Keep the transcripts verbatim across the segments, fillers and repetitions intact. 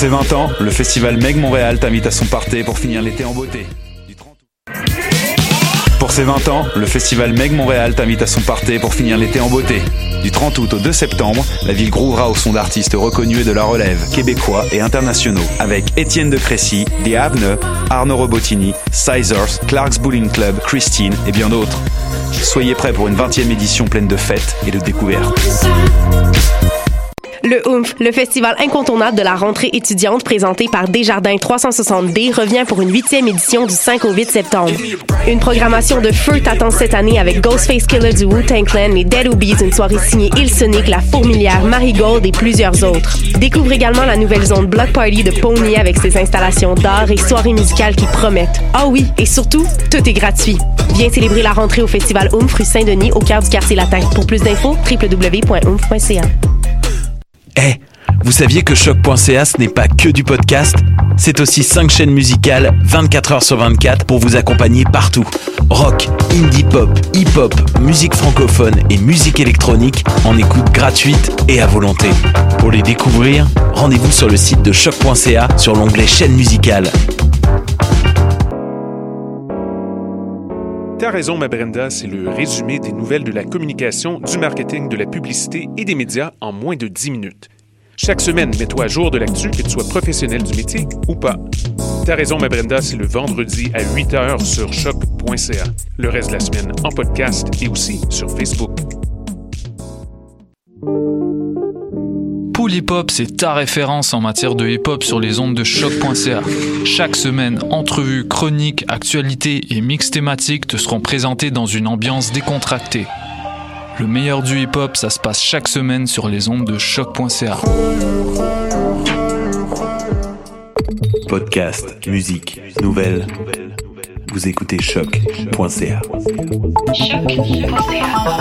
ses vingt ans, le festival Meg Montréal t'invite à son party pour finir l'été en beauté. Du trente août. Pour ses vingt ans, le festival Meg Montréal t'invite à son party pour finir l'été en beauté. Du trente août au deux septembre, la ville groovera au son d'artistes reconnus et de la relève, québécois et internationaux, avec Étienne de Crécy, The Avne, Arnaud Robotini, Sizers, Clark's Bowling Club, Christine et bien d'autres. Soyez prêts pour une vingtième édition pleine de fêtes et de découvertes. Le Oomph, le festival incontournable de la rentrée étudiante présenté par Desjardins trois cent soixante D, revient pour une huitième édition du cinq au huit septembre. Une programmation de feu t'attend cette année avec Ghostface Killah du Wu-Tang Clan, les Dead Obies, une soirée signée Ilsonic, La Fourmilière, Marigold et plusieurs autres. Découvre également la nouvelle zone Block Party de Pony avec ses installations d'art et soirées musicales qui promettent. Ah oui, et surtout, tout est gratuit. Viens célébrer la rentrée au festival Oomph rue Saint-Denis au cœur du quartier latin. Pour plus d'infos, w w w point oomph point c a. Eh, hey, vous saviez que choc point c a ce n'est pas que du podcast? C'est aussi cinq chaînes musicales vingt-quatre heures sur vingt-quatre pour vous accompagner partout. Rock, indie pop, hip-hop, musique francophone et musique électronique en écoute gratuite et à volonté. Pour les découvrir, rendez-vous sur le site de choc point c a sur l'onglet chaînes musicales. T'as raison, ma Brenda, c'est le résumé des nouvelles de la communication, du marketing, de la publicité et des médias en moins de dix minutes. Chaque semaine, mets-toi à jour de l'actu, que tu sois professionnel du métier ou pas. T'as raison, ma Brenda, c'est le vendredi à huit heures sur choc point c a. Le reste de la semaine en podcast et aussi sur Facebook. Pool Hip Hop, c'est ta référence en matière de hip-hop sur les ondes de choc point c a. Chaque semaine, entrevues, chroniques, actualités et mix thématiques te seront présentés dans une ambiance décontractée. Le meilleur du hip-hop, ça se passe chaque semaine sur les ondes de choc point c a. Podcast, musique, nouvelles. Vous écoutez choc point c a. choc point c a.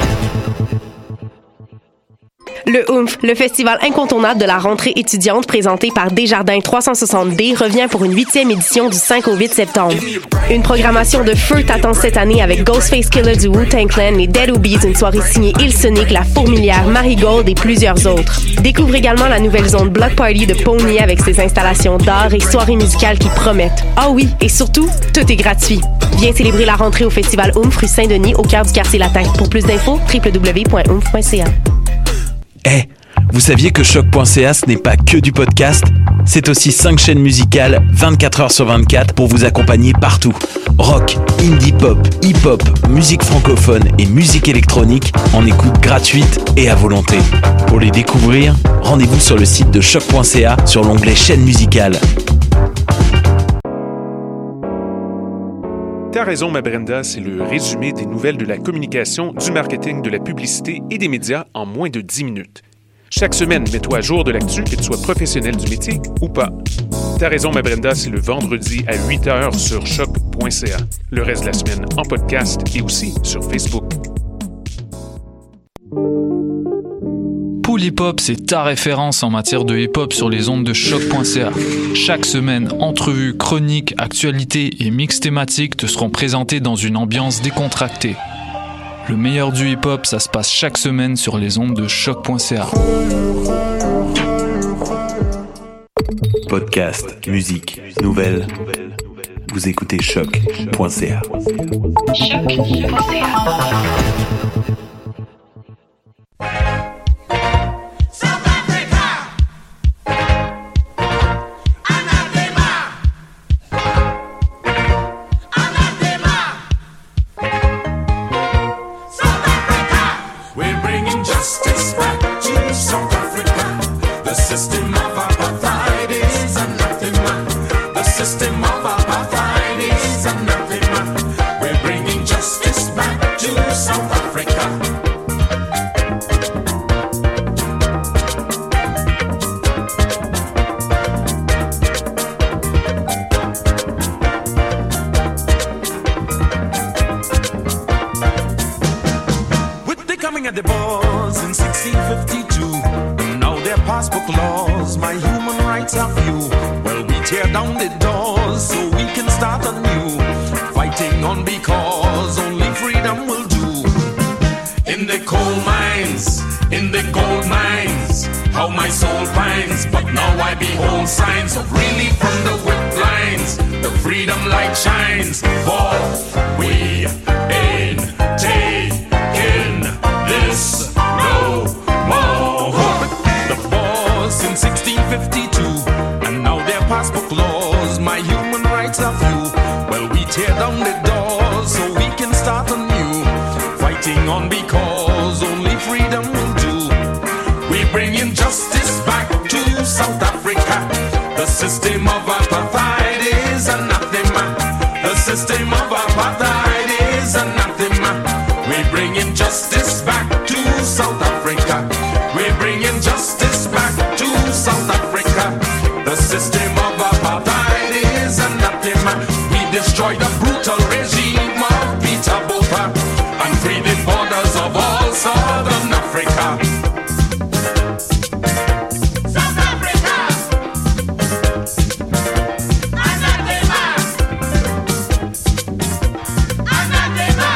Le Oomph, le festival incontournable de la rentrée étudiante présenté par Desjardins trois cent soixante D, revient pour une huitième édition du cinq au huit septembre. Une programmation de feu t'attend cette année avec Ghostface Killah du Wu-Tang Clan, les Dead Obies, une soirée signée Ilsonic, La Fourmilière, Marigold et plusieurs autres. Découvre également la nouvelle zone Block Party de Pony avec ses installations d'art et soirées musicales qui promettent. Ah oui, et surtout, tout est gratuit. Viens célébrer la rentrée au festival Oomph rue Saint-Denis au cœur du quartier latin. Pour plus d'infos, w w w point oomph point c a. Eh, hey, vous saviez que choc point c a ce n'est pas que du podcast? C'est aussi cinq chaînes musicales vingt-quatre heures sur vingt-quatre pour vous accompagner partout. Rock, indie pop, hip-hop, musique francophone et musique électronique en écoute gratuite et à volonté. Pour les découvrir, rendez-vous sur le site de choc point c a sur l'onglet chaînes musicales. T'as raison, ma Brenda, c'est le résumé des nouvelles de la communication, du marketing, de la publicité et des médias en moins de dix minutes. Chaque semaine, mets-toi à jour de l'actu, que tu sois professionnel du métier ou pas. T'as raison, ma Brenda, c'est le vendredi à huit heures sur choc point c a. Le reste de la semaine en podcast et aussi sur Facebook. Pool Hip Hop, c'est ta référence en matière de hip-hop sur les ondes de choc point c a. Chaque semaine, entrevues, chroniques, actualités et mix thématiques te seront présentés dans une ambiance décontractée. Le meilleur du hip-hop, ça se passe chaque semaine sur les ondes de choc point c a. Podcast, musique, nouvelles. Vous écoutez choc point c a. choc point c a. In the gold mines, how my soul pines, but now I behold signs of relief from the whip lines. The freedom light shines, for we ain't taking this no more. The boss in sixteen fifty-two, and now their passbook laws, my human rights are few. Well, we tear down the doors so we can start anew, fighting on because only freedom will do. We bring injustice back to South Africa. The system of apartheid is anathema. The system of apartheid is anathema. We bring injustice back to South Africa. We bring injustice back to South Africa. The system of apartheid is anathema. We destroy the brutal regime of Peter Botha and free the borders of all Southern Africa. South Africa, anathema, anathema.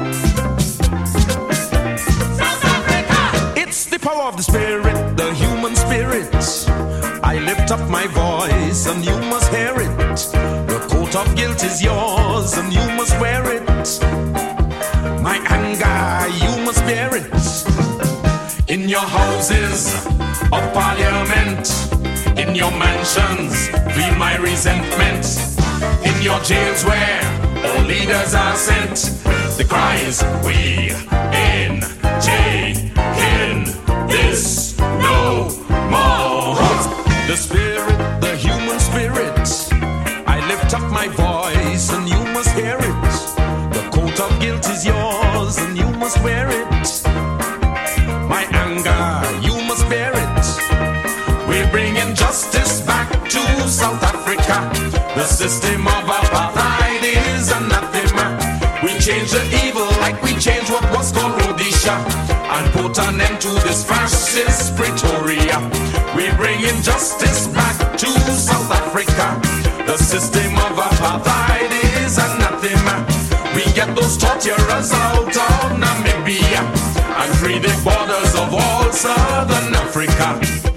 South Africa. It's the power of the spirit, the human spirit. I lift up my voice and you must hear it. The coat of guilt is yours and you must wear it. My anger, you must bear it. In your houses of parliament, in your mansions, feel my resentment. In your jails where all leaders are sent, the cries, we ain't taking this no more. The spirit, the human spirit, I lift up my voice and you must hear it. The coat of guilt is yours and you must wear it. My anger, you must bear it. We're bringing justice back to South Africa. The system of apartheid is anathema. We change the evil like we changed what was called Rhodesia, and put an end to this fascist Pretoria. We're bringing justice back to South Africa. The system of apartheid is anathema. We get those torturers out of Namibia and free the borders of all Southern Africa.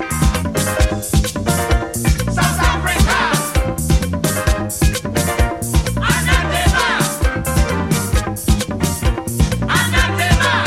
South Africa, anathema, anathema.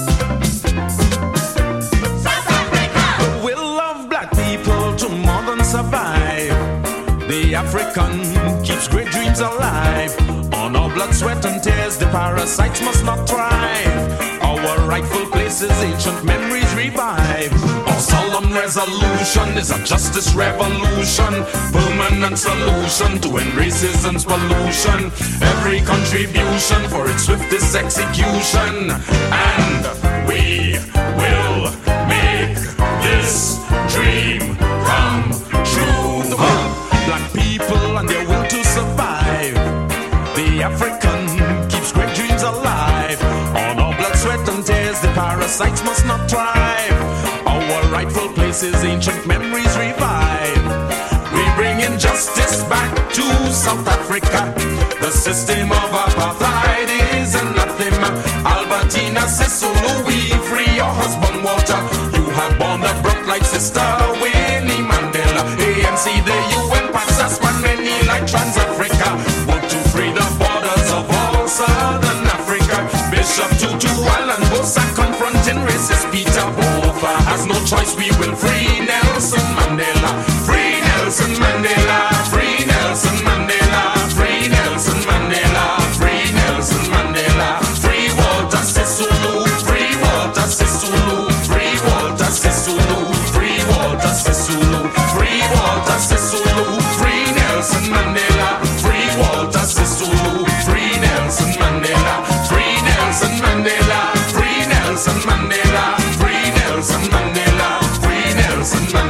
South Africa. The will of black people to more than survive. The African keeps great dreams alive. On our blood, sweat and tears, the parasites must not thrive. Our rightful places, ancient memories revive. Our solemn resolution is a justice revolution, permanent solution to end racism's pollution. Every contribution for its swiftest execution. And we will make this dream come true. Black people and their will to survive. The African keeps great dreams alive. On our blood, sweat and tears, the parasites must not thrive. Our rightful places, ancient memories revive. We bring injustice back to South Africa. The system of apartheid is anathema. Albertina Sisulu, we free your husband Walter. You have borne the brunt like sister Winnie Mandela. A N C, the U N, Paxas, Maneni like Trans-Africa. Want to free the borders of all Southern Africa. Bishop Tutu Alan Bosa confronting racist Peter Botha. Has no choice, we will free Nelson Mandela. Free Nelson Mandela. Free Nelson Mandela. Free Nelson Mandela. Free Nelson Mandela. Free Walter Sisulu. Free Walter Sisulu. Free Walter Sisulu. Free Walter Sisulu. Free Walter Sisulu. Free Nelson Mandela. Free Walter Sisulu. Free Nelson Mandela. Free Nelson Mandela. Free Nelson Mandela. Free Nelson Mandela. Free Nelson Mandela.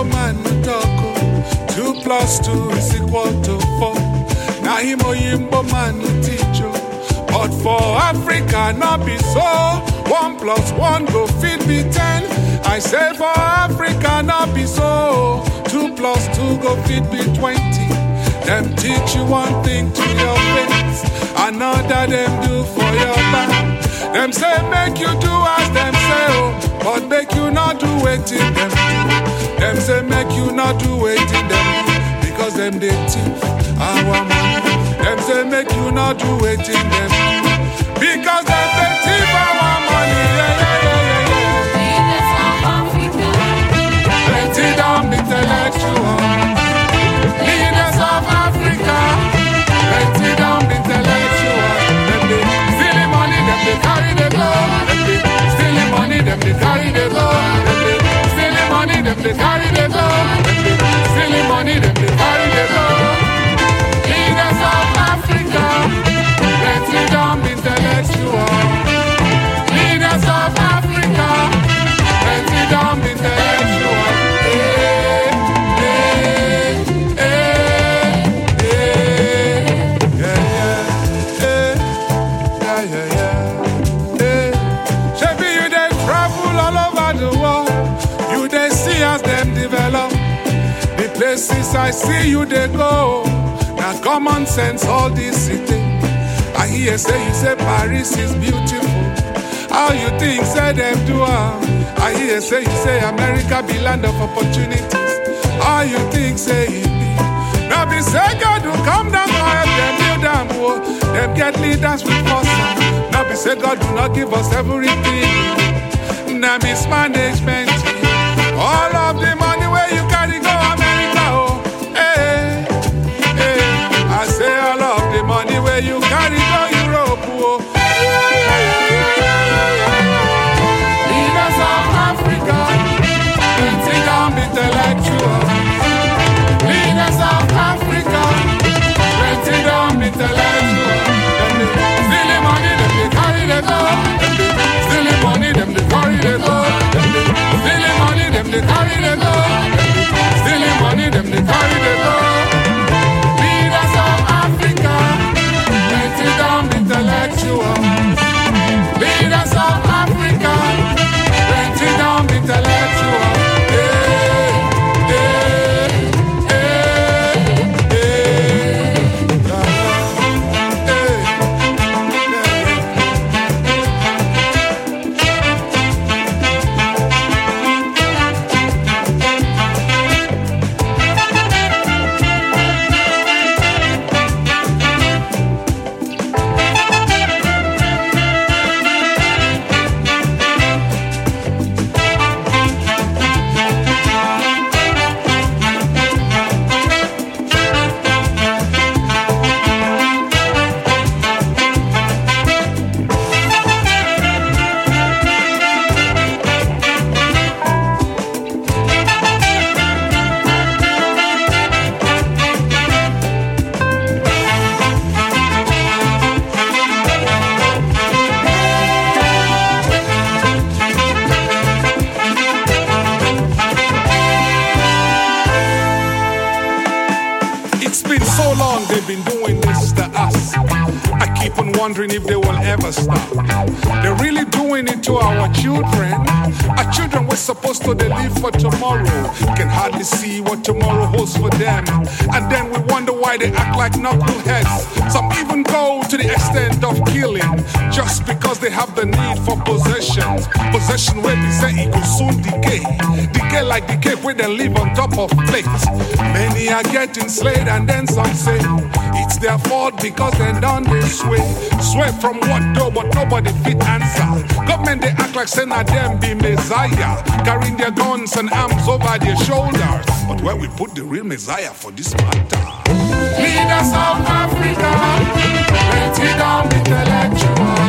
Oyimbo man talk. Two plus two is equal to four. Now him Oyimbo man teach you. But for Africa not be so. One plus one go fit be ten. I say for Africa not be so. Two plus two go fit be twenty. Them teach you one thing to your face, another them do for your back. Them say make you do as them say, oh, but make you not do it in them do. Them say make you not do it in them do, because them they thief our money. Them say make you not do it in them do, because them they thief our money. Yeah, yeah, yeah, yeah, yeah. Leaders of Africa, plenty dumb intellectual. Leaders of Africa, plenty dumb intellectual. Them they stealing money, them they carry the go. Them they stealing money, them they carry the go. Them they stealing money, them they carry the go. Them they stealing money, them they carry the go. Leaders of Africa, plenty dumb intellectual. Leaders of Africa, plenty dumb intellectual. Hey, hey, hey, hey, yeah, yeah, hey, yeah, yeah, yeah, hey. Shebi you dey travel all over the world, you dey see as them develop. The places I see you dey go. Now common sense all this city. I hear say you say Paris is beautiful. How you think say them do am? I hear say you say America be land of opportunities. How you think say it be? Now be say God will come down to help them build them. Oh, them get leaders with us. Now be say God will not give us everything. Now mismanagement. All of the money where you carry go America. Oh, hey, hey. I say all of the money where you carry go Europe. Oh, leaders of Africa, plenty dumb intellectual. Leaders of Africa, plenty dumb intellectual. Them they stealing money, them they carry the go. Them they stealing money, them they carry the go. Them they stealing money, them they carry the go. Them they stealing money, them they carry the go. Leaders of Africa, plenty dumb intellectual. Leaders of Africa, plenty dumb intellectual. Hey, hey, hey, hey, yeah, hey, wondering if they will ever stop. They're really doing it to our children. Our children were supposed to they live for tomorrow. Can hardly see what tomorrow holds for them. And then we wonder why they act like knuckleheads. Some even go to the extent of killing just because they have the need for possessions. Possession where they say it will soon decay. Decay like decay where they live on top of plates. Many are getting slayed and then some say it's their fault because they done this way. Swear from what though, but nobody fit answer. Government they act like saying that them be Messiah, carrying their guns and arms over their shoulders. But where we put the real Messiah for this matter? Leaders of Africa, plenty dumb intellectual.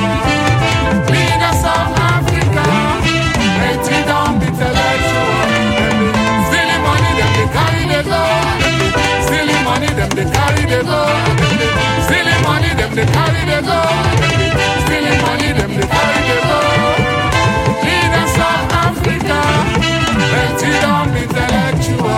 Leaders of Africa, plenty dumb intellectual. Stealing money, them they carry the go. Stealing money, them they carry the go. Stealing money, them they carry the go. Stealing money, them they carry the go. Leaders of Africa, plenty dumb intellectual.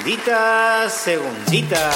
Segundita, segundita.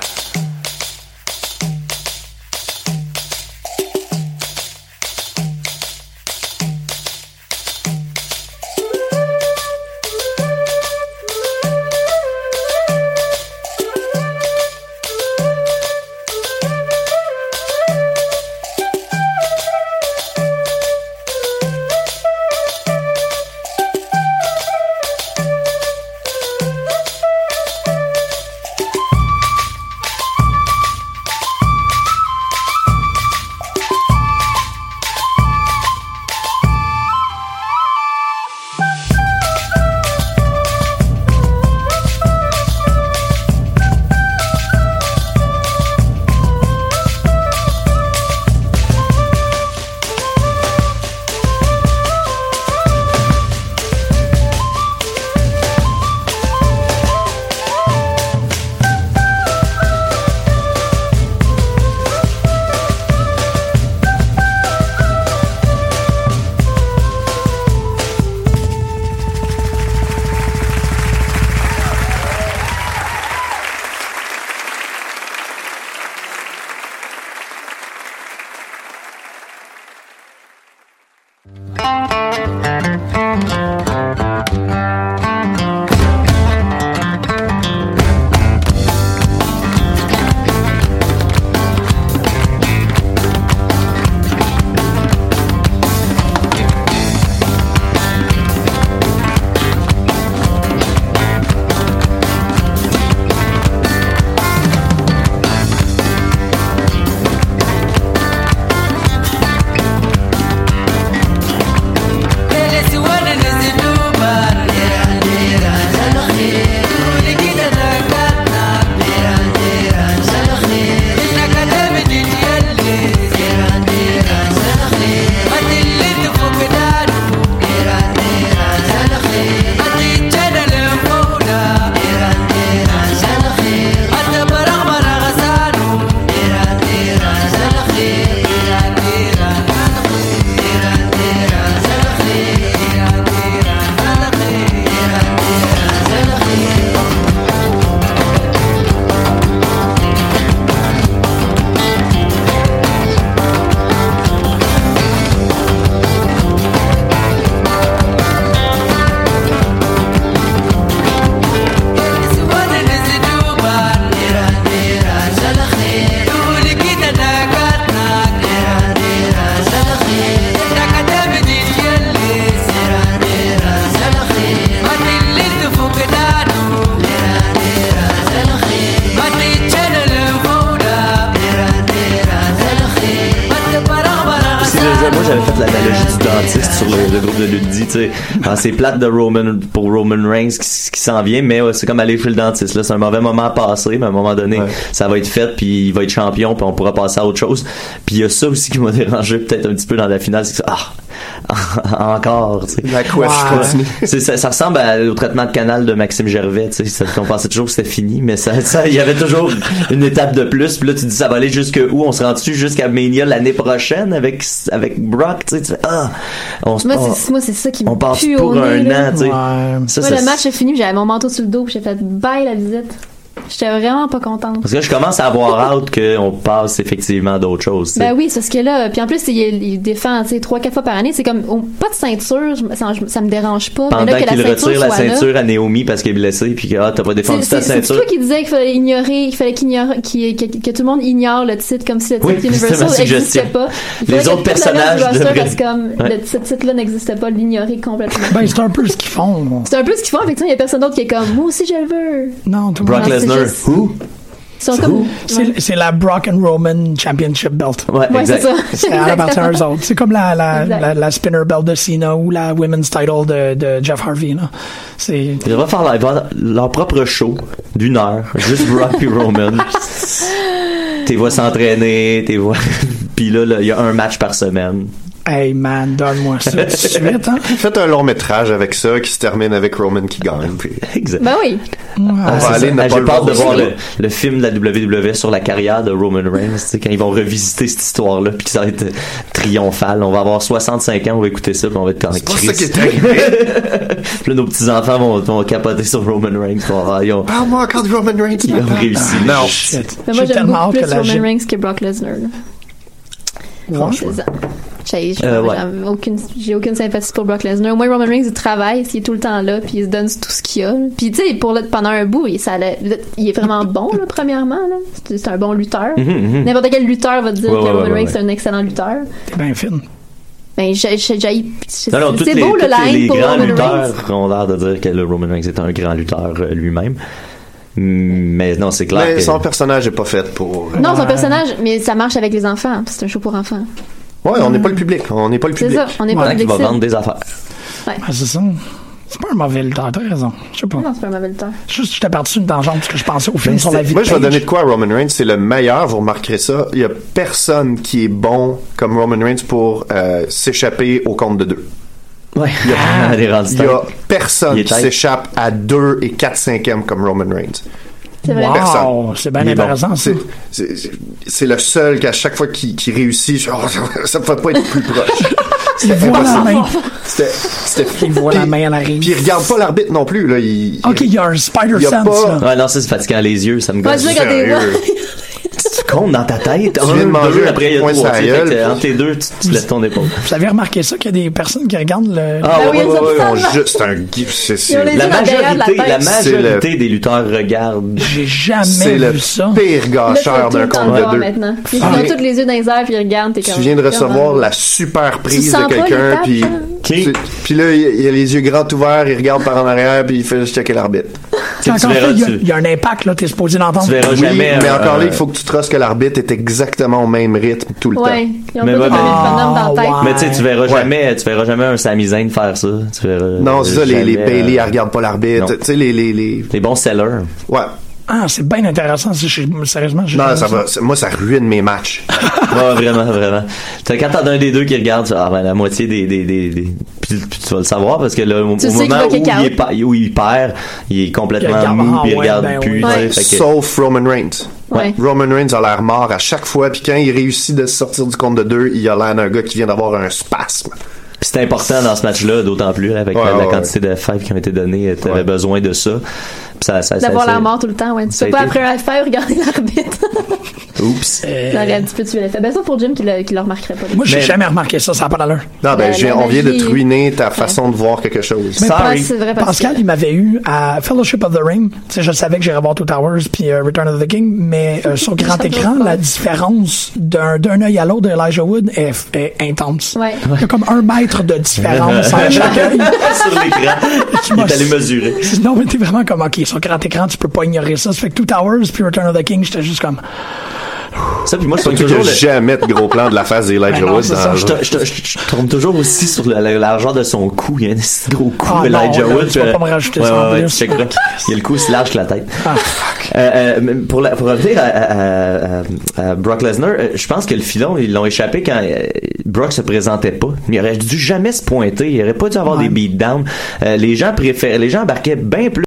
Moi, j'avais fait l'analogie du dentiste sur le, le groupe de Luddi, tu sais. Ah, c'est plate de Roman, pour Roman Reigns qui, qui s'en vient, mais ouais, c'est comme aller chez le dentiste, là. C'est un mauvais moment à passer, mais à un moment donné, ouais. ça va être fait, puis il va être champion, puis on pourra passer à autre chose. Puis il y a ça aussi qui m'a dérangé peut-être un petit peu dans la finale, c'est que ça, ah, encore, tu sais. La quest continue. C'est, ça, ça ressemble à, au traitement de canal de Maxime Gervais, tu sais. On pensait toujours que c'était fini, mais ça, ça, il y avait toujours une étape de plus, puis là, tu dis, ça va aller jusque où? On se rend dessus jusqu'à Mania l'année prochaine avec, avec Brock, tu sais, tu fais, ah, on se moi, c'est, moi, c'est ça qui me on passe pue pour au un nez, an, tu sais. Ouais. Ça, moi, ça, le match est fini, j'avais mon manteau sur le dos, puis j'ai fait bye la visite. J'étais vraiment pas contente. Parce que je commence à avoir hâte qu'on passe effectivement à d'autres choses. T'sais. Ben oui, c'est ce que là. Puis en plus, il, il défend trois quatre fois par année. C'est comme, oh, pas de ceinture, ça, ça me dérange pas. Pendant mais là, que qu'il la ceinture retire la ceinture là, à Naomi parce qu'elle est blessée, puis que ah, t'as pas défendu c'est, ta c'est, ceinture. C'est toi qui disais qu'il fallait ignorer, qu'il fallait qu'il ignore, qu'il, que, que tout le monde ignore le titre comme si le titre oui, Universal n'existait pas. Les autres personnages devraient... Parce que comme ouais. le titre-là n'existait pas, l'ignorer complètement. Ben, c'est un peu ce qu'ils font. C'est un peu ce qu'ils font. Effectivement, il y a personne d'autre qui est comme, moi aussi je le veux. Non, tout le monde. Brock Lesnar, juste... who? Comme, c'est, ouais. c'est la Brock and Roman Championship Belt. Ouais, ouais exact. c'est ça. C'est à appartient à eux autres. C'est comme la, la, la, la spinner belt de Cena ou la women's title de, de Jeff Harvey, là. C'est... Ils devraient faire leur, leur propre show d'une heure. Juste Brock et Roman. T'es vois s'entraîner, t'es vois... Puis là, il y a un match par semaine. Hey man, donne-moi ça tout de suite, hein? Faites un long métrage avec ça qui se termine avec Roman qui gagne. Puis... Exact. Ben oui. Ouais, On va aller ça. ne Ah, pas J'ai le peur voir de voir aussi. le, le film de la W W E sur la carrière de Roman Reigns, tu sais, quand ils vont revisiter cette histoire-là, puis que ça va être triomphal. On va avoir soixante-cinq ans, on va écouter ça, puis on va être en C'est pas crise. ça qui est arrivé. Puis là, nos petits-enfants vont, vont capoter sur Roman Reigns. Ils vont, ah, ils ont, Parle-moi encore de Roman Reigns. ils ont réussi. Non. Shit. Mais moi, J'ai j'aime tellement beaucoup hâte plus que la Roman gym- Reigns que Brock Lesnar. là. Franchement. C'est ça. J'ai j'ai- Euh, ouais. j'ai aucune, j'ai aucune sympathie pour Brock Lesnar. Moi, Roman Reigns, il travaille, il est tout le temps là, puis il se donne tout ce qu'il a. là. Puis, tu sais, pour le- pendant un bout, il, ça allait- il est vraiment bon, là, premièrement. Là. C'est, c'est un bon lutteur. Mhm, mhm. N'importe quel lutteur va te dire Ouais, que ouais, Roman ouais, Reigns, ouais. c'est un excellent lutteur. T'es bien fine. Ben, j'ai, j'ai, j'ai- c'est, Non, non, toutes c'est les, beau, toutes le la les, les haine pour grands Roman lutteurs Reigns. ont l'air de dire que le Roman Reigns est un grand lutteur euh, lui-même. Mais non, c'est clair Mais que... son personnage est pas fait pour. Non, son personnage, mais ça marche avec les enfants. C'est un show pour enfants. Ouais, on n'est pas le public. On n'est pas le C'est public. ça, on n'est Ouais. pas le qui public va vendre cible. des affaires. Ouais. Ah, c'est ça. C'est pas un mauvais lutteur, t'as raison. Je sais pas. Non, c'est pas un mauvais lutteur. Juste, j'étais parti sur une tangente parce que je pensais au film Mais sur la c'est- vie moi, de je vais Paige. donner de quoi à Roman Reigns. C'est le meilleur, vous remarquerez ça. Il y a personne qui est bon comme Roman Reigns pour euh, s'échapper au compte de deux. Ouais, Il y a, elle est rendue il y a tête. personne Il est qui tête. s'échappe à deux et quatre cinquièmes comme Roman Reigns. C'est vrai. Wow, Personne. c'est bien Il est bon. intéressant, ça. C'est, c'est, c'est le seul qu'à chaque fois qu'il, qu'il réussit, je- oh, ça ne peut pas être plus proche. Il voit la main. C'était, c'était Il voit puis- la main, elle arrive. Puis il regarde pas l'arbitre non plus. Là. Il, Ok, il y a un spider il y a sense, pas- là. Ouais, non, ça, c'est fatigant les yeux, ça me Moi, gosse. je veux quand t'es Sérieux. Tu comptes dans ta tête. Tu viens de manger deux, un après il y a point trois. sur la tu sais, gueule, fait que puis- entre les deux, tu, tu laisses ton épaule. Vous avez remarqué ça, qu'il y a des personnes qui regardent le... Ah, Ben ouais, oui, ouais, ça ouais, me ouais, on semble. juste c'est un gif. C'est, c'est, Ils ont les La yeux dans le derrière de la majorité, la tête. C'est le- majorité des lutteurs regardent. J'ai jamais c'est le vu ça. pire Là, tu gâcheur vas tout d'un le temps compte le de voir deux. maintenant. Puis Ah. ils ont tous les yeux dans les airs, puis ils regardent. T'es Tu comme, viens de recevoir comment? la super Tu prise sens de pas quelqu'un, l'étape, puis hein? Qui? puis là, il il a les yeux grands ouverts, il regarde par en arrière, puis il fait juste checker l'arbitre. Tu Encore verras, fait, il y a- tu- il y, a un impact, là, t'es supposé l'entendre. Tu verras Oui, jamais. mais euh, encore là, euh, il faut que tu trustes que l'arbitre est exactement au même rythme tout le Ouais, temps. ils ont Mais pas ouais, tous le mais- métronome dans la tête. Ah, Mais tu sais, tu verras Ouais. jamais, tu verras jamais un Sami Zayn faire ça. Tu verras. Non, c'est ça, les, les jamais, Bailey, euh, elle regarde pas l'arbitre. non. Tu sais, les, les, les... Les bons sellers. Ouais. Ah, c'est bien intéressant. c'est- je- Sérieusement, j'ai Non, jamais ça vu va. c'est- Moi, ça ruine mes matchs. Ouais, vraiment, vraiment. T'as quand t'as un des deux qui regarde, tu- ah, ben, la moitié des, des, des, des- puis, puis tu vas le savoir parce que là, au, Tu au sais qu'il moment va où kick il, out. est pas- où il perd, il est complètement Il regarde, mou, ah, puis il ouais, regarde ben plus. oui. tu sais, Ouais. fait que- Sauf Roman Reigns. Ouais. Roman Reigns a l'air mort à chaque fois, puis quand il réussit de se sortir du compte de deux, il a l'air d'un gars qui vient d'avoir un spasme. Puis c'est important dans ce match-là, d'autant plus, là, avec Ouais, la, la ouais, quantité de fives qui ont été données, euh, t'avais Ouais. besoin de ça. Puis ça, ça, ça, D'avoir ça- la mort tout le temps, ouais. Tu ça a peux pas été- après un affaire regarder l'arbitre. Oups. J'aurais un petit peu tué l'effet. Ben ça pour Jim qui le, qui le remarquerait pas. Moi, j'ai Mais- jamais remarqué ça, ça n'a pas d'allure. Non, ben, La- j'ai- la on vient de magie- te ruiner ta façon de voir quelque chose. Mais Sorry. Ouais, c'est vrai parce Pascal, que- il m'avait eu à Fellowship of the Ring. Tu sais, je savais que j'irais voir Two Towers puis euh, Return of the King, mais euh, sur grand écran, la différence d'un, d'un œil à l'autre d'Elijah Wood est, est intense. Ouais. Il y a comme un mètre de différence entre chaque œil. Sur l'écran. Tu Il m'as- est allé mesurer. Non, mais t'es vraiment comme, OK, sur grand écran, tu peux pas ignorer ça. Ça fait que Two Towers puis Return of the King, j'étais juste comme... Ça, puis moi, je Surtout trouve qu'il toujours n'y a le... jamais de gros plan de la face d'Elijah Ben non, Wood c'est dans ça, le Je, jeu. te- je, te- je, je tombe toujours aussi sur le- la largeur de son cou. Il y a un petit gros cou, Ah non, Elijah là, Wood. tu vas puis, pas me rajouter ouais, ça en ouais, plus. ouais, check là. Il y a le cou aussi large que la tête. Ah, Euh, euh, mais pour, la, pour revenir à, à, à, à Brock Lesnar, euh, je pense que le filon, ils l'ont échappé quand euh, Brock se présentait pas. Il aurait dû jamais se pointer. Il aurait pas dû avoir Ouais. des beatdowns. Euh, les gens préfèrent, les gens embarquaient bien plus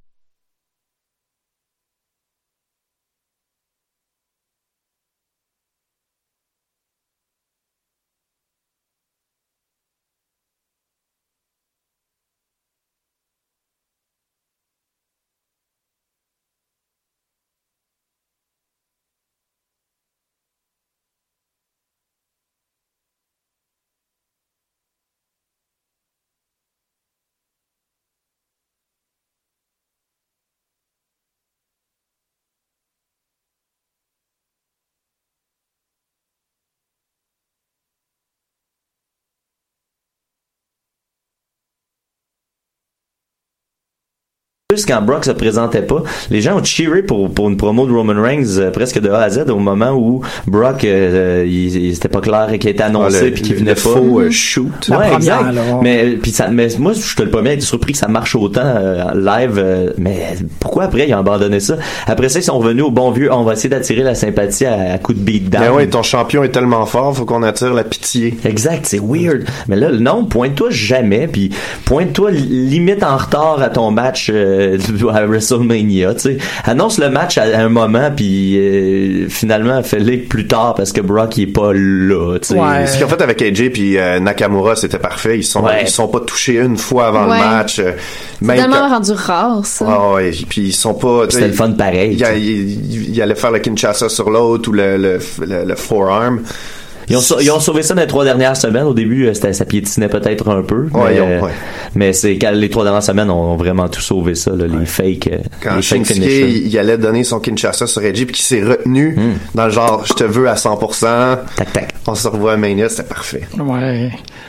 plus quand Brock se présentait pas, les gens ont cheeré pour pour une promo de Roman Reigns euh, presque de A à Z au moment où Brock euh, il, il c'était pas clair et qu'il était annoncé ah, le, puis qu'il le, venait le pas. faux euh, shoot. Ouais, première, exact. là, ouais. Mais puis ça, mais moi je suis le premier à être surpris que ça marche autant euh, live. Euh, mais pourquoi après ils ont abandonné ça? Après ça ils sont revenus au bon vieux. On va essayer d'attirer la sympathie à, à coup de beatdown. Ben ouais, ton champion est tellement fort, faut qu'on attire la pitié. Exact, c'est weird. Mais là, non, pointe-toi jamais, puis pointe-toi limite en retard à ton match euh, à WrestleMania. Tu sais, annonce le match à, à un moment, puis euh, finalement fais-le plus tard parce que Brock il est pas là. Tu sais. Ouais. Ce qu'ils ont fait avec A J puis euh, Nakamura, c'était parfait. Ils sont ouais. ils sont pas touchés une fois avant ouais. le match. Euh, c'est tellement quand... rendu rare ça. Ah ouais, puis ils sont pas. C'était le fun pareil. Il, il, il allait faire le Kinshasa sur l'autre ou le le, le, le forearm. Ils ont, ils ont sauvé ça dans les trois dernières semaines. Au début, c'était, ça piétinait peut-être un peu. Ouais, mais, ont, ouais. mais c'est quand les trois dernières semaines ont vraiment tout sauvé ça, là, les ouais. fakes. Quand les Shinsuke, il allait donner son Kinshasa sur Edgy puis qu'il s'est retenu mm. dans le genre, je te veux à cent pour cent. Tac, tac. On se revoit à Mania, c'était parfait. Ouais.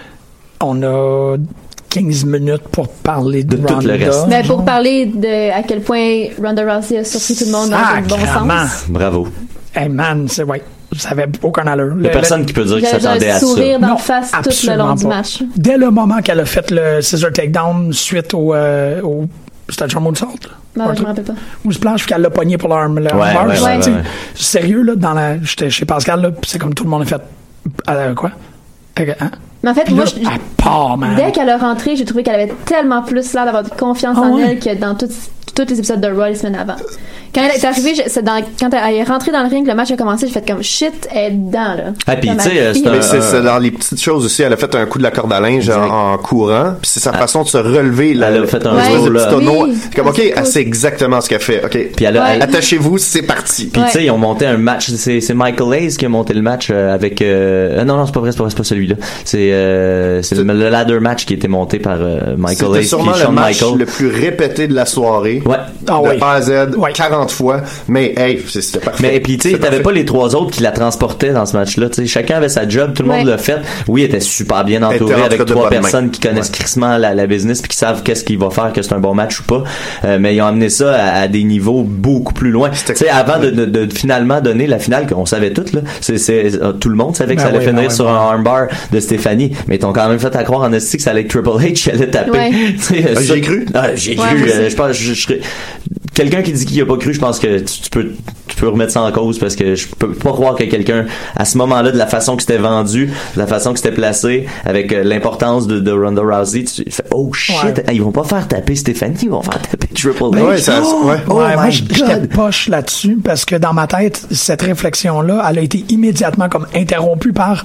On a quinze minutes pour parler de, de Ronda. Tout le reste. Mais pour parler de à quel point Ronda Rousey a surpris tout le monde dans ah, le bon sens. Bravo. Hey man, c'est ouais. Ça avait aucun allure. Il y a personne le, qui peut dire qu'il s'attendait à ça. Sourire dans non, le face tout le long du match. Dès le moment qu'elle a fait le scissor takedown suite au, euh, au c'était John Moonsault. Non, je me rappelle pas. Ou Splash qu'elle l'a pogné pour l'arme. Ouais, ouais, ouais, ouais, ouais. Sérieux là, dans la, j'étais chez Pascal là, c'est comme tout le monde a fait. Euh, quoi? Hein? Mais en fait, puis moi, là, je, elle part, man. dès qu'elle est rentrée, j'ai trouvé qu'elle avait tellement plus l'air d'avoir de confiance ah, en ouais. elle que dans tous les épisodes de Raw les semaines avant. Quand elle est arrivée, je, c'est dans, quand elle est rentrée dans le ring, le match a commencé, j'ai fait comme shit, elle est dedans, là. Ah, pis tu sais, c'est, un, c'est, c'est dans les petites choses aussi. Elle a fait un coup de la corde à linge en, en courant, puis c'est sa ah. façon de se relever. Elle la, a fait un ouais. espèce de petit tonneau. Oui. Comme, OK, elle sait exactement ce qu'elle fait. OK. Puis elle a, ouais. elle, attachez-vous, c'est parti. Puis ouais. tu sais, ils ont monté un match. C'est, c'est Michael Hayes qui a monté le match euh, avec. Euh, non, non, c'est pas vrai, c'est pas, c'est pas celui-là. C'est, euh, c'est, c'est le, le ladder match qui a été monté par euh, Michael Hayes. C'était sûrement puis le Shawn match Michael. le plus répété de la soirée. Ouais. Ah, de oui. A à Z, ouais. quarante fois. Mais hey, c'était parfait. Mais puis tu sais, t'avais pas les trois autres qui la transportaient dans ce match-là. Tu sais, chacun avait sa job, tout le ouais. monde l'a fait. Oui, elle était super bien entourée avec trois personnes qui connaissent ouais. crissement la, la business puis qui savent qu'est-ce qu'il va faire, que c'est un bon match ou pas. Euh, mais ils ont amené ça à, à des niveaux beaucoup plus loin. Tu sais, avant de, de, de finalement donner la finale qu'on savait toutes là, c'est, c'est tout le monde savait que ben ça allait oui, finir ben sur oui. un armbar de Stéphanie, mais ils t'ont quand même fait à croire en esti que ça allait être Triple H qui allait taper. Ouais. ah, j'ai cru. Ah, j'ai ouais, cru. Euh, je pense, je, je, quelqu'un qui dit qu'il a pas cru, je pense que tu, tu peux, tu peux remettre ça en cause parce que je peux pas croire que quelqu'un, à ce moment-là, de la façon que c'était vendu, de la façon que c'était placé, avec euh, l'importance de, de Ronda Rousey, tu fais, oh shit, ouais. ils vont pas faire taper Stéphanie, ils vont faire taper Triple H. Ouais, ça, oh, ouais. Oh ouais, moi, j'étais poche là-dessus parce que dans ma tête, cette réflexion-là, elle a été immédiatement comme interrompue par,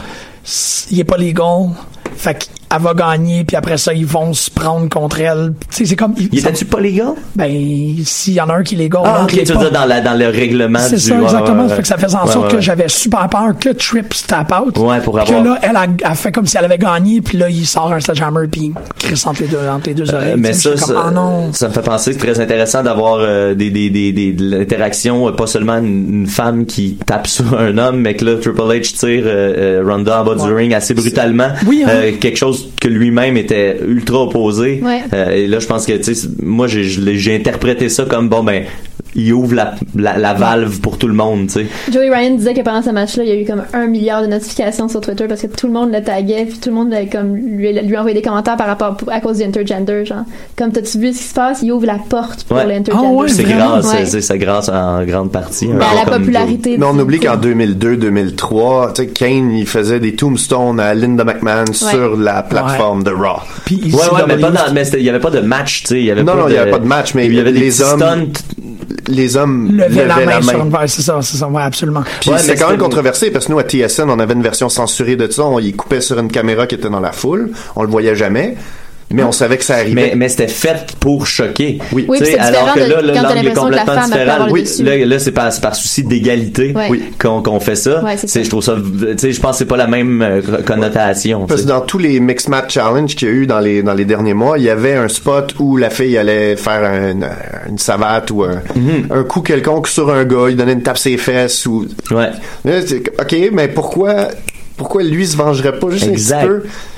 il est pas legal. Fait qu'elle va gagner, puis après ça, ils vont se prendre contre elle. Tu sais, c'est comme... Il était-tu pas légal? Ben, s'il y en a un qui est légal... Ah, ok, tu veux dire dans, la, dans le règlement c'est du... C'est ça, exactement. Ouais, ouais, fait que ça faisait en ouais, sorte ouais, que ouais. j'avais super peur que Tripp se tape out. Ouais, pour avoir... Que là, elle a, elle fait comme si elle avait gagné, puis là, il sort un sledgehammer, puis il crisse entre les deux, entre les deux oreilles. Euh, mais ça, ça, comme, oh non. ça me fait penser, c'est très intéressant d'avoir euh, des, des, des, des, de l'interaction, euh, pas seulement une, une femme qui tape sur un homme, mais que là, Triple H tire euh, euh, Ronda en bas ouais. du ring assez brutalement. Oui, hein. euh, quelque chose que lui-même était ultra opposé. Ouais. Euh, et là, je pense que, tu sais, moi, j'ai, j'ai interprété ça comme, bon, ben, il ouvre la, la, la valve pour tout le monde, tu sais. Joey Ryan disait que pendant ce match-là, il y a eu comme un milliard de notifications sur Twitter parce que tout le monde le taguait, puis tout le monde comme lui, lui envoyait des commentaires par rapport à cause du intergender, genre. Comme t'as-tu vu ce qui se passe? Il ouvre la porte pour ouais. l'intergender. Oh, ouais, c'est grâce, ouais. c'est, c'est grâce en grande partie. Ben, à la popularité. Mais on oublie qu'en deux mille deux deux mille trois, tu sais, Kane, il faisait des tombstones à Linda McMahon ouais. sur la plateforme ouais. de Raw. Puis ouais, ouais, mais pas dans, mais il y avait pas de match, tu sais, il y avait non, pas non, de, il y avait pas de match, mais il y avait les des hommes, stunts. les hommes levaient levaient la main, la main. sur une, c'est ça, c'est ça, ouais, absolument. Puis ouais, c'est quand même c'était... controversé parce que nous à T S N, on avait une version censurée de ça, on y coupait sur une caméra qui était dans la foule, on le voyait jamais. Mais on savait que ça arrivait. Mais, mais c'était fait pour choquer. Oui. Oui, c'est alors que là, de, là l'angle est complètement différent. Oui. Là, là, c'est par, c'est par souci d'égalité ouais. oui. qu'on, qu'on fait ça. Ouais, c'est c'est, ça. Je trouve ça, tu sais, je pense que c'est pas la même euh, connotation. Parce que dans tous les Mixed Match Challenge qu'il y a eu dans les, dans les derniers mois, il y avait un spot où la fille allait faire un, une savate ou un, mm-hmm. un coup quelconque sur un gars, il donnait une tape ses fesses ou. Ouais. Ok, mais pourquoi, pourquoi lui se vengerait pas juste exact. un petit peu?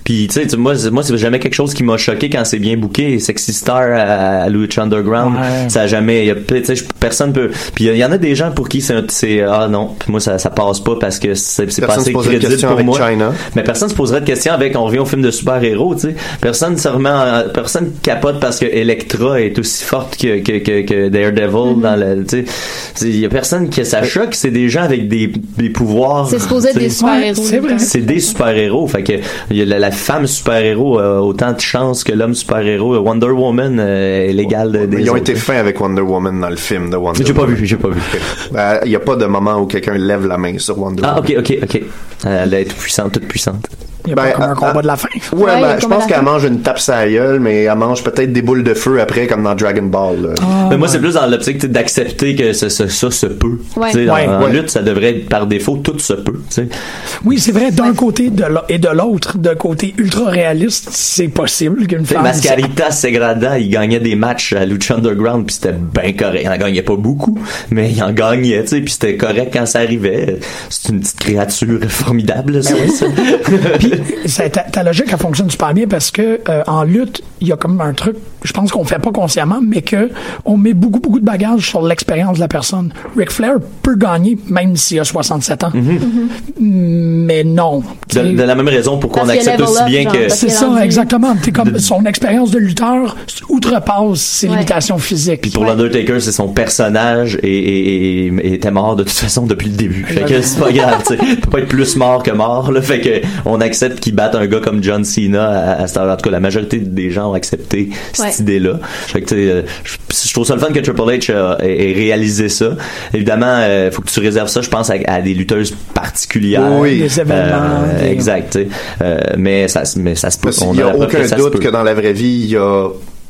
Puis tu sais, moi, moi c'est jamais quelque chose qui m'a choqué quand c'est bien booké. Sexy Star à, à Lucha Underground, ouais. ça a jamais, tu sais, personne peut. Puis il y en a des gens pour qui c'est, c'est ah non, puis moi ça, ça passe pas parce que c'est, c'est pas assez crédible pour moi. China. Mais personne se poserait de questions avec. On revient au film de super-héros, tu sais. Personne se remet, en, personne capote parce que Elektra est aussi forte que que que, que Daredevil mm-hmm. dans le, tu sais. Il y a personne qui ça choque. C'est des gens avec des des pouvoirs. C'est supposé être des super-héros. Ouais, c'est vrai. C'est des super-héros. Fait que il y a la, la femme super-héros a autant de chance que l'homme super-héros. Wonder Woman euh, est l'égale de, des Ils ont autres. été fins avec Wonder Woman dans le film de Wonder J'ai Woman. pas vu, j'ai pas vu. Il ben, y a pas de moment où quelqu'un lève la main sur Wonder ah, Woman. Ah, ok, ok, ok. Elle est toute puissante, toute puissante. Il y a ben, pas comme un combat euh, de la fin. Ouais, ouais ben, je pense qu'elle mange une tape sur la gueule, mais elle mange peut-être des boules de feu après, comme dans Dragon Ball. Là. Ah, mais moi, ouais. c'est plus dans l'optique d'accepter que ça, ça, ça se peut. Ouais. Ouais. Ouais. En Ouais. lutte, ça devrait être par défaut, tout se peut. T'sais. Oui, c'est vrai, d'un ouais. côté de et de l'autre, d'un côté ultra réaliste, c'est possible qu'une femme... Mascarita Segrada, il gagnait des matchs à Lucha Underground, puis c'était bien correct. Il en gagnait pas beaucoup, mais il en gagnait, tu sais, puis c'était correct quand ça arrivait. C'est une petite créature formidable, ça. ça. Puis, ça, ta, ta logique, elle fonctionne super bien parce que euh, en lutte, il y a comme un truc, je pense qu'on fait pas consciemment, mais que on met beaucoup, beaucoup de bagages sur l'expérience de la personne. Ric Flair peut gagner, même s'il a soixante-sept ans. Mm-hmm. Mais non. De, de la même raison pourquoi on accepte aussi bien que... C'est ça, exactement. T'es comme, son expérience de lutteur outrepasse ses ouais. limitations physiques. Puis pour ouais. l'Undertaker, c'est son personnage et, et, et, et était mort de toute façon depuis le début. Fait que c'est pas grave, tu sais. Il peut pas être plus mort que mort, là. Fait que on accepte qu'il batte un gars comme John Cena à, à cette heure. En tout cas, la majorité des gens ont accepté cette ouais. idée-là. Fait que, tu sais, je, je trouve ça le fun que Triple H a, ait réalisé ça. Évidemment, il euh, faut que tu réserves ça, je pense, à, à des lutteuses particulières. Oui, des événements. Euh, des... Exact, tu sais. Euh, mais ça, mais ça se peut. Il n'y a aucun doute que dans la vraie vie, il y a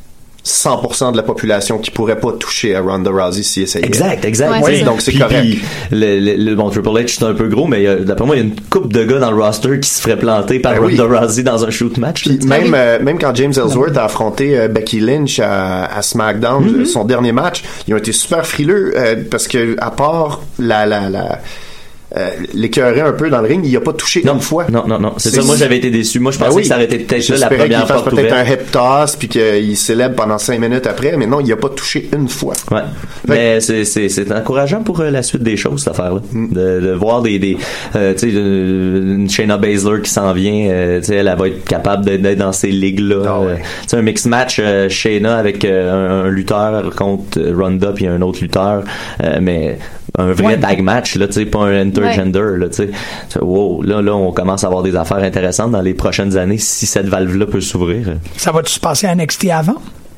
cent pour cent de la population qui pourrait pas toucher à Ronda Rousey s'il essayait. Exact, exact. Ouais, oui. c'est donc c'est puis, correct. Puis, le, le, le bon Triple H c'est un peu gros, mais il y a, d'après moi il y a une couple de gars dans le roster qui se feraient planter par ben Ronda oui. Rousey dans un shoot match. Puis même oui. euh, même quand James Ellsworth a affronté euh, Becky Lynch à, à SmackDown, mm-hmm. son dernier match, ils ont été super frileux euh, parce que à part la la la Euh, l'écœurer un peu dans le ring, il a pas touché non, une fois. Non, non, non. C'est, c'est ça, moi j'avais été déçu. Moi je pensais ben oui. que ça aurait été peut-être là la première porte porte peut-être ouverte. un hip toss puis qu'il célèbre pendant cinq minutes après, mais non, il a pas touché une fois. Ouais. Fait mais c'est, c'est, c'est encourageant pour euh, la suite des choses, cette affaire-là. Mm. De, de voir des, des euh, tu sais, une Shayna Baszler qui s'en vient, euh, tu sais, elle, elle va être capable d'être, d'être dans ces ligues-là. Oh, ouais. euh, tu sais, un mix match euh, Shayna avec euh, un, un lutteur contre Ronda puis un autre lutteur, euh, mais un vrai ouais. tag match, là, tu sais, pas un intergender, ouais. là, tu sais. Wow, là, là, on commence à avoir des affaires intéressantes dans les prochaines années si cette valve-là peut s'ouvrir. Ça va-tu se passer à N X T avant?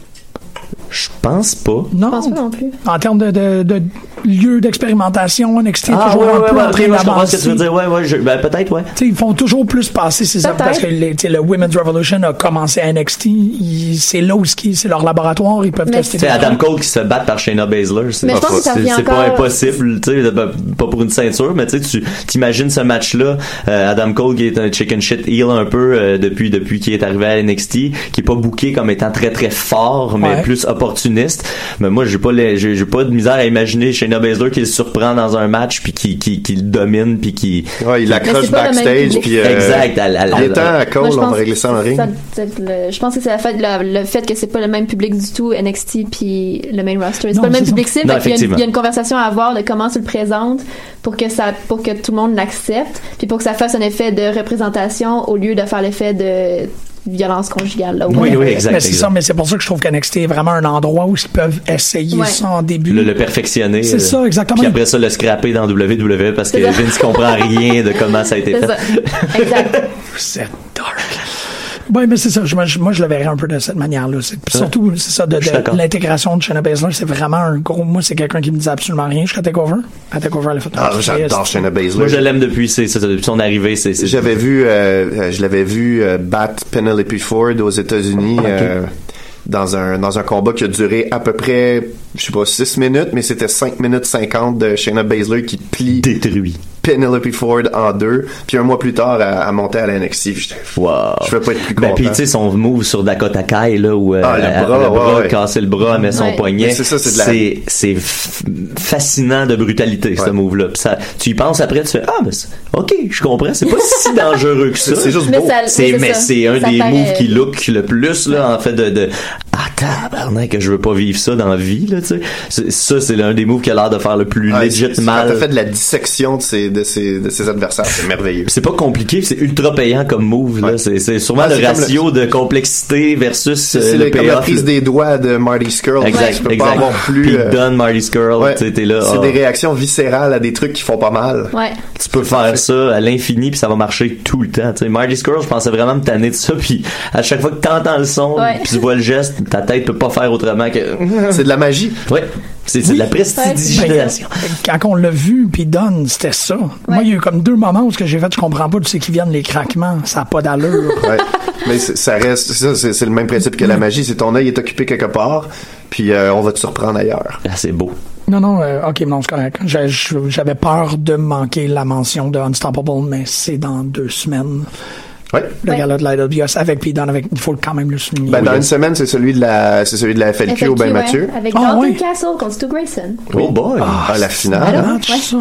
Je pense pas. Non. Je pense pas non plus. En termes de, de, de lieu d'expérimentation, N X T est ah, toujours ouais, un ouais, peu ouais, en train moi, je comprends ce que tu veux dire. Ouais, ouais, je, ben, peut-être, ouais. T'sais, ils font toujours plus passer ces affaires parce que les, le Women's Revolution a commencé à N X T. Ils, c'est là où c'est leur laboratoire. Ils peuvent mais tester. C'est Adam Cole qui se bat par Shayna Baszler. C'est, pas, c'est, c'est encore... pas impossible, tu sais, pas pour une ceinture, mais tu sais, tu t'imagines ce match-là, euh, Adam Cole qui est un chicken shit heel un peu euh, depuis depuis qu'il est arrivé à N X T, qui est pas booké comme étant très très fort, mais ouais. plus opportuniste. Mais moi, j'ai pas les, j'ai, j'ai pas de misère à imaginer Shayna Baszler qui le surprend dans un match puis qui qui qui le domine puis qui ouais, il l'accroche backstage puis euh, exact. Elle, elle, en étant à Cole, moi, on va régler ça en ring. Ça, le, je pense que c'est la fait, le, le fait que c'est pas le même public du tout N X T puis le main roster. C'est non, pas le même public cible. Il y, a une, il y a une conversation à avoir de comment se le présente pour que ça pour que tout le monde l'accepte puis pour que ça fasse un effet de représentation au lieu de faire l'effet de violence conjugale. Là, oui, oui, exact. Mais c'est exact. ça, mais c'est pour ça que je trouve qu'N X T est vraiment un endroit où ils peuvent essayer ouais. ça en début. Le, le perfectionner. C'est euh, ça, exactement. Puis après ça, le scraper dans W W E parce c'est que ça. Vince comprend rien de comment ça a été c'est fait. Ça. Exact. C'est dark. Oui, mais c'est ça. Je, moi, je le verrais un peu de cette manière-là. C'est, surtout, c'est ça, de, de l'intégration de Shayna Baszler, c'est vraiment un gros... Moi, c'est quelqu'un qui me disait absolument rien jusqu'à TakeOver. À TakeOver, elle a fait... Ah, j'adore Shayna Baszler. Moi, je l'aime depuis, c'est, c'est, depuis son arrivée. C'est, c'est... J'avais vu... Euh, je l'avais vu euh, battre Penelope Ford aux États-Unis... Okay. Euh, dans un dans un combat qui a duré à peu près, je sais pas, six minutes, mais c'était cinq minutes cinquante de Shayna Baszler qui plie... Détruit. Penelope Ford en deux, puis un mois plus tard, elle, elle montait à la N X T. J'étais, wow. Je vais pas être plus content. Ben, puis tu sais, son move sur Dakota Kai, là, où euh, ah, le elle, bras, le bras ouais, ouais. casser le bras, met son ouais. poignet. Mais c'est ça, c'est de la... C'est, c'est f- fascinant de brutalité, ouais. ce move-là. Pis ça, tu y penses après, tu fais, ah, mais c'est, ok, je comprends, c'est pas si dangereux que ça. C'est, c'est juste mais beau. Ça, c'est, mais, mais c'est un ça des paraît... moves qui look le plus, là, en fait, de, de, ah, tabarnak, que je veux pas vivre ça dans la vie, là, tu sais. C'est, ça, c'est l'un des moves qui a l'air de faire le plus ah, legit c'est, mal. Quand t'as fait de la dissection de ses, de ses, de ses adversaires, c'est merveilleux. C'est pas compliqué, c'est ultra payant comme move, là. Ouais. C'est, c'est sûrement ah, le c'est ratio le... de complexité versus c'est, euh, c'est le le, payoff. Comme la prise des doigts de Marty Scurll. Exact, tu peux exact. pas avoir plus. Pete euh... Dunne, Marty Scurll, ouais. tu sais, t'es là. C'est oh. des réactions viscérales à des trucs qui font pas mal. Ouais. Tu peux faire fait. ça à l'infini puis ça va marcher tout le temps. Tu sais, Marty Scurll, je pensais vraiment me tanner de ça, puis à chaque fois que t'entends le son, ouais. puis tu vois le geste, ta tête peut pas faire autrement que. C'est de la magie. Ouais. C'est, c'est oui. de la prestidigitation. Quand on l'a vu, puis Dunne, c'était ça. Ouais. Moi, il y a eu comme deux moments où ce que j'ai fait, je comprends pas d'où c'est qu'ils viennent les craquements. Ça a pas d'allure. Ouais. Mais ça reste, c'est, ça, c'est, c'est le même principe que la magie. C'est ton œil est occupé quelque part, puis euh, on va te surprendre ailleurs. Ah, c'est beau. Non, non, euh, ok, non, c'est correct. J'ai, j'avais peur de manquer la mention de Unstoppable, mais c'est dans deux semaines. Ouais. Le ouais. gala de l'I W S avec Pete Dunne, avec, il faut quand même le souligner. Ben, dans une semaine, c'est celui de la, c'est celui de la F L Q, F L Q au Ben ouais. Mathieu. Avec oh, Dalton oui. Castle contre Stu Grayson. Oh boy. Ah, ah la finale. Hein? Ouais. Ça.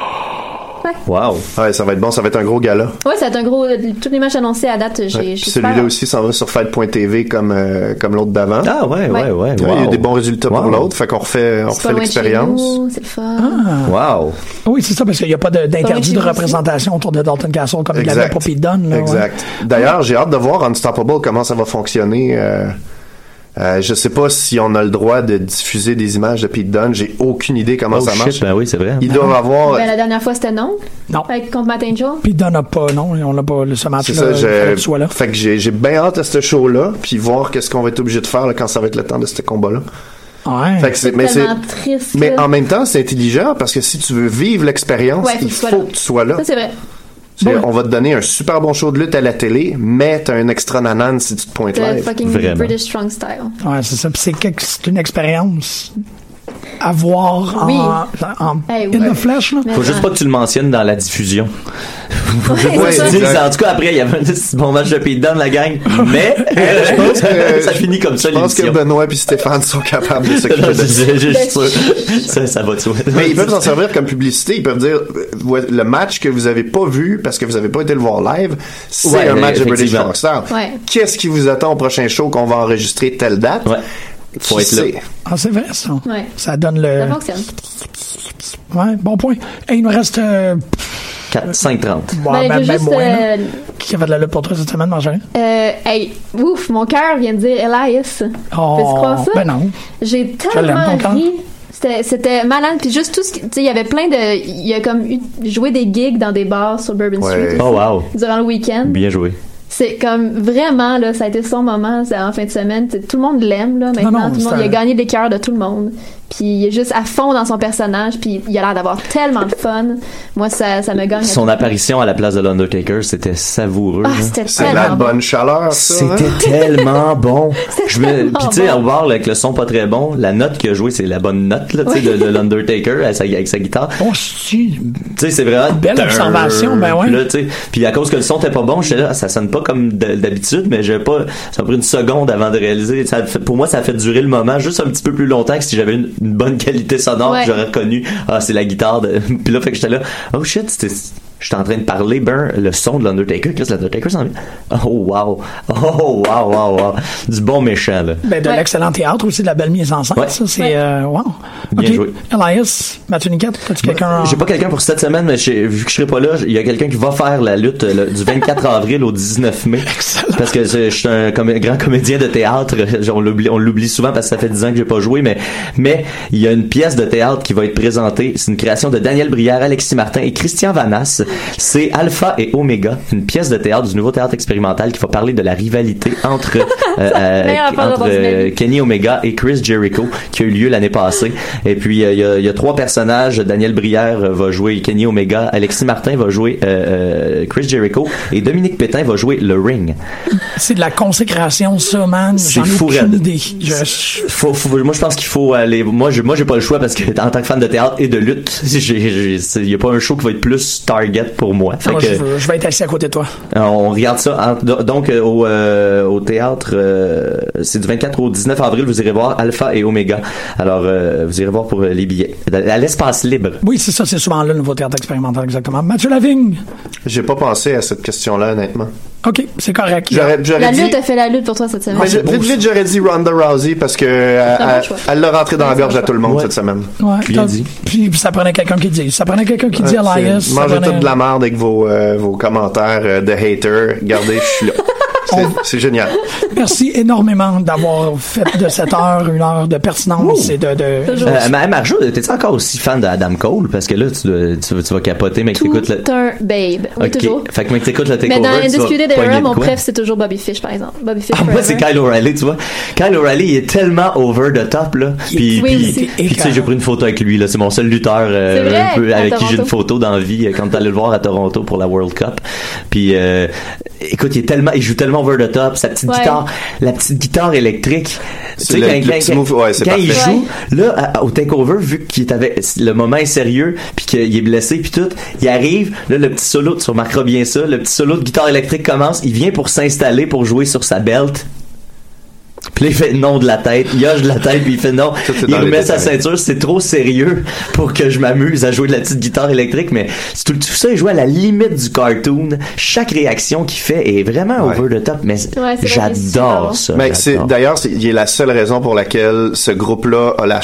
Ouais. Wow. Ouais, ça va être bon, ça va être un gros gala. Ouais, ça va être un gros. Tous les matchs annoncés à date, j'ai. Ouais. j'ai celui-là super... aussi s'en va sur Fight point T V comme euh, comme l'autre d'avant. Ah ouais, ouais, ouais. ouais. Wow. Il y a eu des bons résultats wow. pour l'autre, fait qu'on refait, on c'est refait l'expérience. Nous, c'est le fun. Ah. Wow. Oui, c'est ça, parce qu'il n'y a pas de, d'interdit de représentation autour de Dalton Castle comme exact. Il l'avait pour Pete Dunne. Là, exact. Ouais. D'ailleurs, j'ai hâte de voir Unstoppable comment ça va fonctionner. Euh, euh, je sais pas si on a le droit de diffuser des images de Pete Dunne. J'ai aucune idée comment oh, ça shit, marche. Ben oui, c'est vrai. Ils doivent avoir. Ben, la dernière fois, c'était non. Non. Avec, contre Matt Angel. Pete Dunne n'a pas, non, on n'a pas ce match-là. C'est ça, j'ai, que soit là. fait que j'ai, j'ai bien hâte à ce show-là, puis voir qu'est-ce qu'on va être obligé de faire là, quand ça va être le temps de ce combat-là. Ouais. Fait que c'est, c'est mais tellement c'est, triste. mais là. en même temps, c'est intelligent parce que si tu veux vivre l'expérience, ouais, il faut que tu sois là. Ça, c'est vrai. C'est, on va te donner un super bon show de lutte à la télé, mais t'as un extra nanan si tu te pointes The live. fucking Vraiment. British Strong Style. Ouais, c'est ça. Puis c'est, quelque, c'est une expérience à voir oui. en, en hey, in ouais. the flesh. Là. Faut juste pas que tu le mentionnes dans la diffusion. Faut ouais, juste pas que tu exact. dises, en tout cas, après, il y avait un bon match de Pete Dunne, la gang, mais je pense que, ça finit comme ça, je pense l'émission. que Benoît et Stéphane sont capables de s'occuper Non, de je, ça. je, je suis sûr. Ça, ça va de soi. Mais ils peuvent s'en servir comme publicité. Ils peuvent dire, euh, le match que vous avez pas vu parce que vous avez pas été le voir live, c'est Ouais, un match de British effectivement. Rockstar. Ouais. Qu'est-ce qui vous attend au prochain show qu'on va enregistrer telle date? Ouais. Faut Qui être là. sait? Ah, c'est vrai, ça. Ouais. Ça donne le. Ça fonctionne. Ouais, bon point. Et il nous reste. Euh... quatre, cinq, trente. Bon, Ben, ben, je veux ben juste, moins, là. euh, Qui a fait de la lutte pour toi cette semaine, Marjorie? Euh, hey, ouf, mon cœur vient de dire Elias. Oh, Peux-tu croire ça? ben non. J'ai Je l'aime, ton tellement cœur. ri. C'était, c'était malade. Puis juste tout ce qui, tu sais, il y avait plein de, il y a comme eu, joué des gigs dans des bars sur Bourbon Ouais. Street. Oh wow. Durant le week-end. Bien joué. C'est comme vraiment, là, ça a été son moment c'est en fin de semaine. T'sais, tout le monde l'aime, là, maintenant. Non, non, tout le monde, c'est il a un- gagné les cœurs de tout le monde. Puis il est juste à fond dans son personnage. Puis il a l'air d'avoir tellement de fun. Moi, ça, ça me gagne. Son apparition à la place de l'Undertaker, c'était savoureux. Ah, hein. c'était C'est tellement la bon. bonne chaleur, ça. C'était hein? tellement bon. Je me, tellement puis tu sais, bon. à voir avec le son pas très bon, la note qu'il a jouée, c'est la bonne note là, tu sais, de, de l'Undertaker avec sa, avec sa guitare. Oh, si. Tu sais, c'est vraiment Belle observation, ben ouais. Puis là, tu sais, puis à cause que le son était pas bon, j'étais là, ça sonne pas comme de- d'habitude, mais j'ai pas, ça m'a pris une seconde avant de réaliser. Ça a fait- pour moi, ça a fait durer le moment juste un petit peu plus longtemps que si j'avais une, une bonne qualité sonore, Ouais. j'aurais reconnu, ah, c'est la guitare de, puis là, fait que j'étais là, oh shit, c'était, j'étais en train de parler, ben, le son de l'Undertaker, Chris, l'Undertaker s'en vient. Oh, wow. Oh, wow, wow, wow. Du bon méchant, là. Ben, de Ouais. l'excellent théâtre aussi, de la belle mise en scène. Ouais. Ça, c'est. Ouais. Euh, wow. Bien Ok. joué. Elias, Mathieu Niquette, as-tu quelqu'un. en- J'ai pas quelqu'un pour cette semaine, mais j'ai- vu que je serai pas là, il y a quelqu'un qui va faire la lutte euh, le- du vingt-quatre avril au dix-neuf mai. Excellent. Parce que je, je suis un comé- grand comédien de théâtre. On l'oublie, on l'oublie souvent parce que ça fait dix ans que j'ai pas joué, mais, mais il y a une pièce de théâtre qui va être présentée. C'est une création de Daniel Brière, Alexis Martin et Christian Vanasse. C'est Alpha et Omega, une pièce de théâtre du nouveau théâtre expérimental qui va parler de la rivalité entre, euh, euh, entre euh, Kenny Omega et Chris Jericho qui a eu lieu l'année passée. Et puis il euh, y, y a trois personnages. Daniel Brière va jouer Kenny Omega, Alexis Martin va jouer euh, euh, Chris Jericho et Dominique Pétain va jouer le Ring. C'est de la consécration, ça, man. C'est fou, idée. Je... Faut, faut, moi, je pense qu'il faut aller. Moi, je, moi, j'ai pas le choix parce que en tant que fan de théâtre et de lutte, il y a pas un show qui va être plus target pour moi. Fait non, que, je, je vais être assis à côté de toi. On regarde ça. En, donc euh, au, euh, au théâtre, euh, c'est du vingt-quatre au dix-neuf avril. Vous irez voir Alpha et Omega. Alors, euh, vous irez voir pour les billets à l'espace libre. Oui, c'est ça. C'est souvent là le nouveau théâtre expérimental, exactement. Mathieu Lavigne. OK, c'est correct. J'aurais, j'aurais la dit... lutte a fait la lutte pour toi cette semaine. Mais vite, vite, j'aurais dit Ronda Rousey parce que elle, elle l'a rentré dans la gorge à tout le monde ouais. cette semaine. Ouais, bien dit. Puis ça prenait quelqu'un qui dit. Ça prenait quelqu'un qui dit Elias. Mangez prenait... toute de la merde avec vos, euh, vos commentaires euh, de haters. Regardez, je suis là. C'est, c'est génial. Merci énormément d'avoir fait de cette heure une heure de pertinence Ouh. et de... de... Euh, mais Marjo, t'es-tu encore aussi fan d'Adam Cole? Parce que là, tu, tu, tu vas capoter, mais que t'écoutes le... Tout un babe. Oui, okay. toujours. Fait que mec, t'écoutes le takeover, mais dans Undisputed Era, mon préf, c'est toujours Bobby Fish, par exemple. Bobby Fish ah, moi, c'est Kyle O'Reilly, tu vois. Kyle O'Reilly, il est tellement over the top, là. Puis, oui, puis, puis tu sais, j'ai pris une photo avec lui, là. C'est mon seul lutteur euh, vrai, un peu avec qui j'ai une photo dans la vie quand t'allais le voir à Toronto pour la World Cup. Puis, euh, écoute, il est tellement, il joue tellement over the top, sa petite ouais. guitare, la petite guitare électrique. C'est tu sais, quand, quand, move, ouais, c'est quand il joue, ouais. là, à, au takeover, vu qu'il avait, le moment est sérieux, puis qu'il est blessé, puis tout, il arrive, là, le petit solo, tu remarqueras bien ça, le petit solo de guitare électrique commence, il vient pour s'installer, pour jouer sur sa belt. Puis là, il fait non de la tête, il hoche de la tête, puis il fait non. Il remet sa ceinture, c'est trop sérieux pour que je m'amuse à jouer de la petite guitare électrique, mais c'est tout, tout ça, il joue à la limite du cartoon. Chaque réaction qu'il fait est vraiment ouais. over the top, mais ouais, j'adore ça. Mais j'adore. c'est, d'ailleurs, c'est, il est la seule raison pour laquelle ce groupe-là a la,